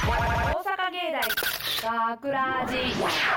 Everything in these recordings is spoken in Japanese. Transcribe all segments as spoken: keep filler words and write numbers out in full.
阪芸大学ラジ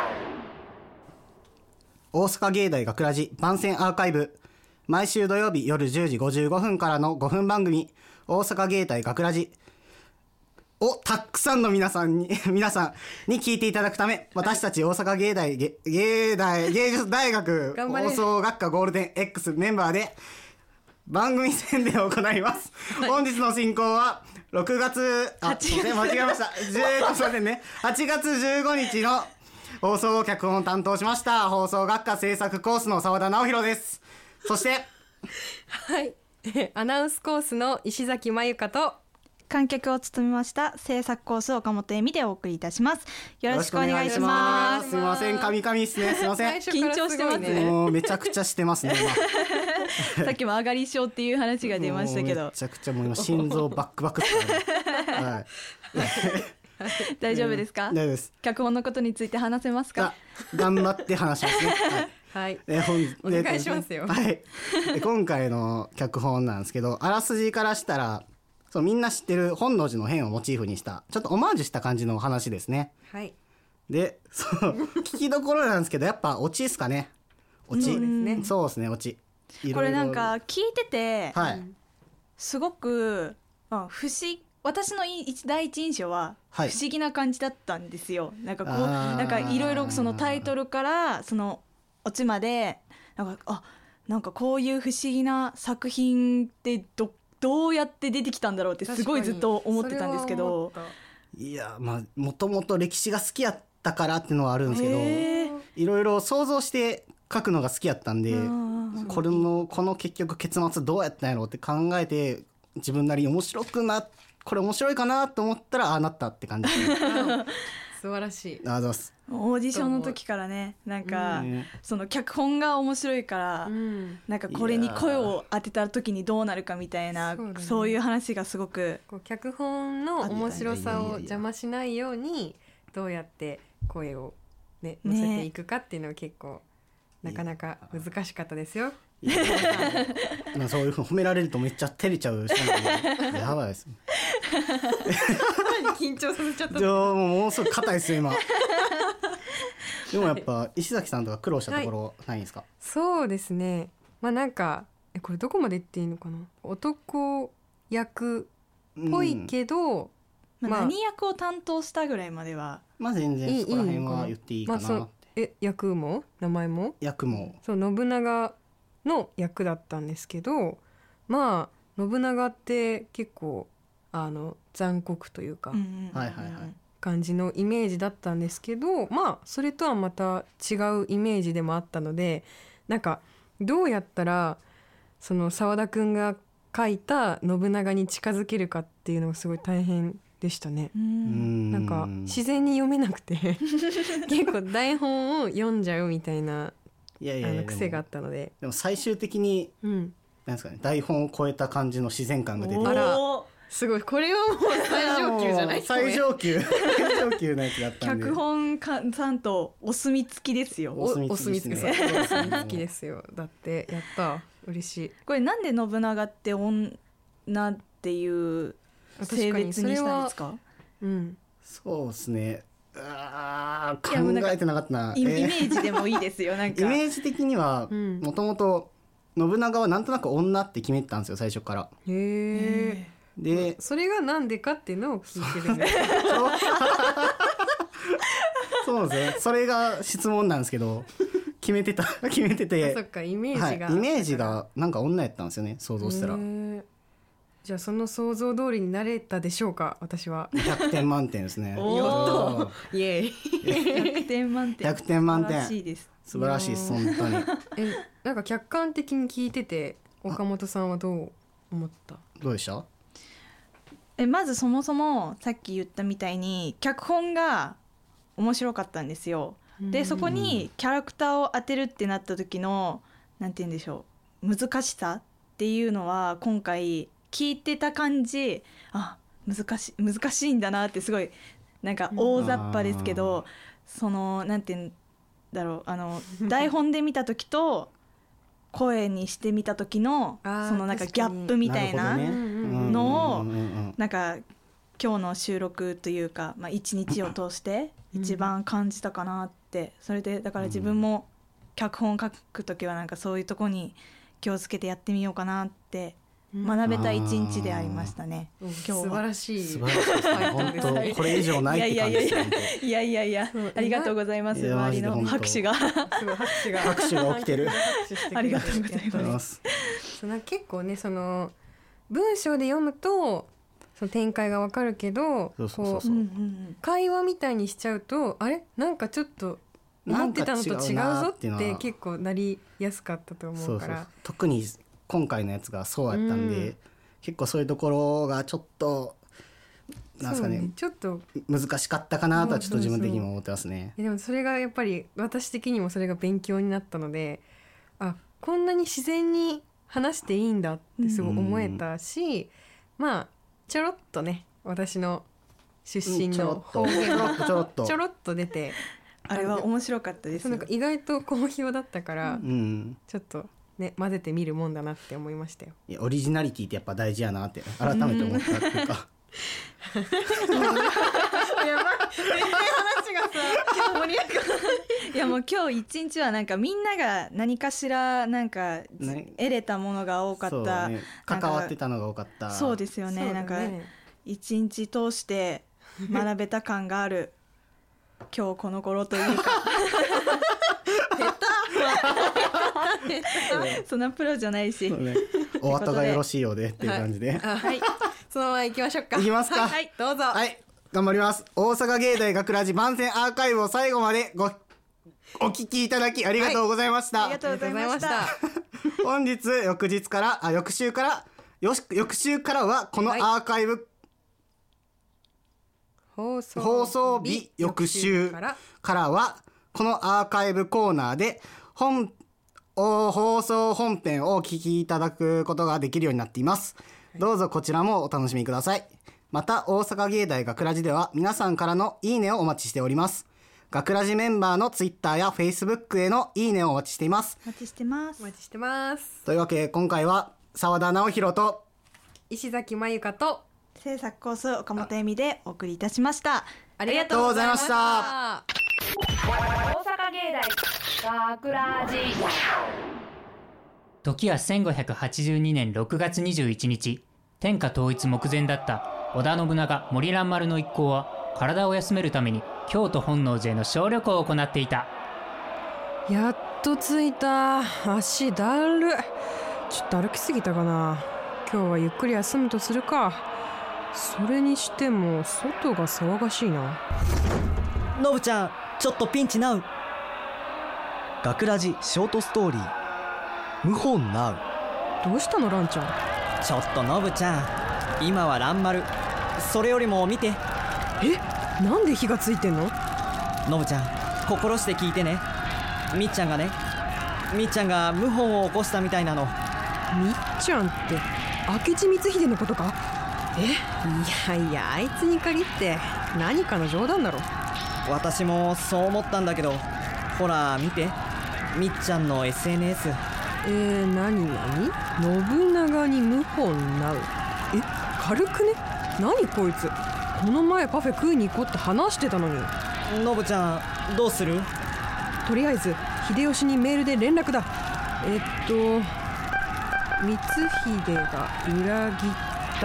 大阪芸大学ラジ番宣アーカイブ、毎週土曜日夜じゅうじごじゅうごふんからのごふん番組大阪芸大学ラジをたくさんの皆さんに皆さんに聞いていただくため、私たち大阪芸大芸芸大芸術大学放送学科ゴールデン X メンバーで番組宣伝を行います、はい、本日の進行はろくがつあすいません間違えましたじゅうすいませんねはちがつじゅうごにちの放送脚本を担当しました放送学科制作コースの澤田直弘です。そしてはいアナウンスコースの石崎まゆかと観客を務めました制作コース岡本恵美でお送りいたします。よろしくお願いします。 すみません神々ですねすみません緊張してますね。 もうめちゃくちゃしてますねさっきも上がり症っていう話が出ましたけどめちゃくちゃもう今心臓バックバックですから、ねはい大丈夫ですか？ 大丈夫です。 脚本のことについて話せますか？ 頑張って話しますねはい、 え本お願いしますよ。 はい、今回の脚本なんですけど、あらすじからしたらそうみんな知ってる本能寺の変をモチーフにしたちょっとオマージュした感じの話ですね。 はいでそう聞きどころなんですけどやっぱオチですかね。オチそうですね。 そうですねオチこれなんか聞いてて、 はい、 すごく、まあ、不思議私の第一印象は不思議な感じだったんですよ、はい、なんかこうなんかいろいろそのタイトルからそのオチまでなんかあなんかこういう不思議な作品ってどどうやって出てきたんだろうってすごいずっと思ってたんですけど、 いやまあもともと歴史が好きやったからっていうのはあるんですけどいろいろ想像して書くのが好きやったんでこれのこの結局結末どうやったんやろうって考えて自分なりに面白くなこれ面白いかなと思ったらああなったって感じ素晴らしい。 あざす。 オーディションの時からねなんか、うん、その脚本が面白いから、うん、なんかこれに声を当てた時にどうなるかみたいな そう,、ね、そういう話がすごくこう脚本の面白さを邪魔しないようにどうやって声を、ね、乗せていくかっていうのは結構なかなか難しかったですよ。 いやそういうふうに褒められるとめっちゃ照れちゃう人なんでやばいです緊張させちゃった。 もうもうすぐ硬いですよ今でもやっぱ石崎さんとか苦労したところないんですか？はい、 そうですね、まあなんかえこれどこまで言っていいのかな。男役っぽいけど、 うんまあ、何役を担当したぐらいまではまあ全然そこら辺は言っていいかなって。まあ、 え役も名前も役もそう信長の役だったんですけど、まあ信長って結構あの残酷というか、 うんはいはいはい、 感じのイメージだったんですけど、まあそれとはまた違うイメージでもあったので、なんかどうやったらその澤田くんが書いた信長に近づけるかっていうのがすごい大変でしたね。うんなんか自然に読めなくて結構台本を読んじゃうみたいないやいやいやあの癖があったので、 でも最終的に、うん、なんですかね、台本を超えた感じの自然感が出てあらすごい、これはもう最上級じゃないですか、ね、 最上級最上級のやつだったんで脚本家さんとお墨付きですよ。 お墨付きですね。お墨付きですよ。だってやった嬉しい。 これなんで信長って女っていう性別にしたんですか？ うん、 そうですね。あ考えてなかったな。 イメージでもいいですよ。なんかイメージ的にはもともと信長はなんとなく女って決めてたんですよ最初から。 へえ。でそれがなんでかっていうのを聞いてるんですそうですね、それが質問なんですけど決めてた決めててそっかイメージが、 はい、イメージがなんか女やったんですよね想像したら。 じゃあその想像通りになれたでしょうか？私はひゃくてん満点ですね。 おーっとイエーイひゃくてん満点ひゃくてん満点素晴らしいです。 素晴らしいです本当にえなんか客観的に聞いてて岡本さんはどう思った？ どうでした？ えまずそもそもさっき言ったみたいに脚本が面白かったんですよ。でそこにキャラクターを当てるってなった時のなんて言うんでしょう難しさっていうのは今回聞いてた感じあ難しい難しいんだなってすごいなんか大雑把ですけど、そのなんて言うんだろうあの台本で見た時と声にしてみた時のそのなんかギャップみたいなのをなんか今日の収録というか、まあ、一日を通して一番感じたかなって、それでだから自分も脚本書くときはなんかそういうとこに気をつけてやってみようかなって学べた一日でありましたね、 うん、 今日は素晴らしい素晴らしいですね本当これ以上ないって感じですねいやいやいやありがとうございます。周りの拍手がすごい拍手が拍手が起きてるありがとうございますそうなんか結構ねその文章で読むとその展開がわかるけどそうそうそうそう、 こう会話みたいにしちゃうとあれなんかちょっと思ってたのと違うぞって結構なりやすかったと思うから、 そうそう特に今回のやつがそうやったんで、うん、結構そういうところがちょっとなんですかね、 ちょっと難しかったかなとはちょっと自分的にも思ってますね。 でもそれがやっぱり私的にもそれが勉強になったので、あこんなに自然に話していいんだってすごい思えたし、うん、まあちょろっとね私の出身の方言がちょろっと出てあれは面白かったですよ。 なんか意外と好評だったから、うん、ちょっとね混ぜてみるもんだなって思いましたよ。 いやオリジナリティってやっぱ大事やなって改めて思ったっていうかやばい全然話がさ盛り上がるいやもう今日一日はなんかみんなが何かしらなんか得れたものが多かった、 ね、関わってたのが多かった。 そうですよね、ねなんか一日通して学べた感がある今日この頃というかそんなプロじゃないし、 ね、お後がよろしいようでっていう感じで、 はいはい、そのまま行きましょうか。 行きますか、 はい、どうぞ。 はい頑張ります。大阪芸大学ラジ番宣アーカイブを最後までごお聞きいただきありがとうございました、 はい、ありがとうございました本日翌日からあ翌週からよし翌週からはこのアーカイブ、 はい、放送放送日翌週からはこのアーカイブコーナーで本放送本編をお聞きいただくことができるようになっています。どうぞこちらもお楽しみください。また大阪芸大学ラジでは皆さんからのいいねをお待ちしております。学ラジメンバーのツイッターやフェイスブックへのいいねをお待ちしています。 お待ちしてますお待ちしてます。 というわけで今回は澤田直弘と石崎まゆかと制作コース岡本恵美でお送りいたしました。 ありがとうございました。 大阪芸大学ラジ。 時はせんごひゃくはちじゅうにねんろくがつにじゅういちにち、天下統一目前だった織田信長森蘭丸の一行は体を休めるために京都本能寺への小旅行を行っていた。 やっと着いた。足だる。ちょっと歩きすぎたかな。今日はゆっくり休むとするか。それにしても外が騒がしいな。 のぶちゃんちょっとピンチナウ。学ラジショートストーリー謀反ナウ。 どうしたのランちゃん。 ちょっとのぶちゃん今は蘭丸。それよりも見て。 えなんで火がついてんの。 のぶちゃん心して聞いてね。みっちゃんがねみっちゃんが謀反を起こしたみたいなの。 みっちゃんって明智光秀のことか。えいやいやあいつに限って何かの冗談だろ。 私もそう思ったんだけどほら見てみっちゃんの エスエヌエス。 えー、何何信長に謀反なう。え軽くね。何こいつこの前パフェ食いに行こうって話してたのに。 のぶちゃんどうする。 とりあえず秀吉にメールで連絡だ。えっと光秀が裏切った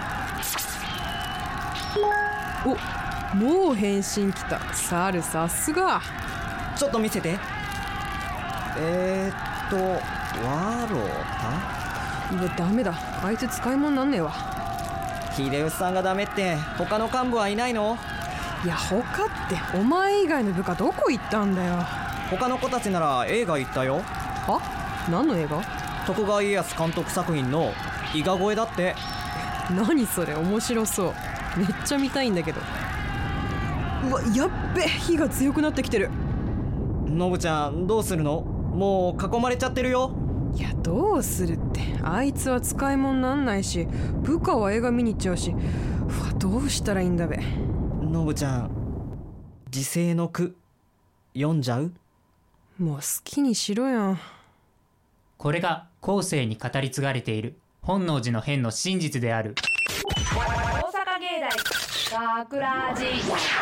と。おもう返信来た。猿さすが。 ちょっと見せて。えー、っとわろた。 いやダメだあいつ使い物なんねえわ。 秀吉さんがダメって他の幹部はいないの。 いや他ってお前以外の部下どこ行ったんだよ。 他の子たちなら映画行ったよ。 は何の映画。 徳川家康監督作品の伊賀越えだって。 何それ面白そう。めっちゃ見たいんだけど。うわやっべ火が強くなってきてる。 のぶちゃんどうするの。もう囲まれちゃってるよ。 いやどうするってあいつは使い物なんないし部下は映画見に行っちゃうし。うわどうしたらいいんだべ。 のぶちゃん時世の句読んじゃう。 もう好きにしろよ。 これが後世に語り継がれている本能寺の変の真実である。 大阪芸大学ラジ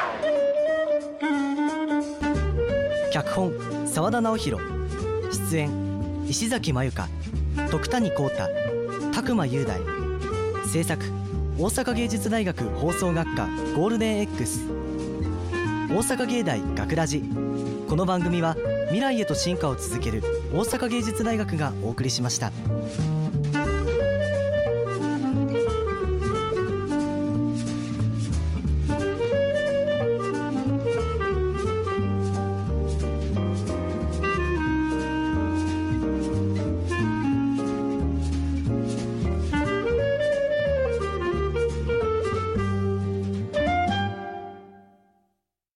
脚本澤田直弘、出演石崎まゆか、徳谷幸太、拓磨雄大、制作大阪芸術大学放送学科ゴールデン X、 大阪芸大学ラジ。この番組は未来へと進化を続ける大阪芸術大学がお送りしました。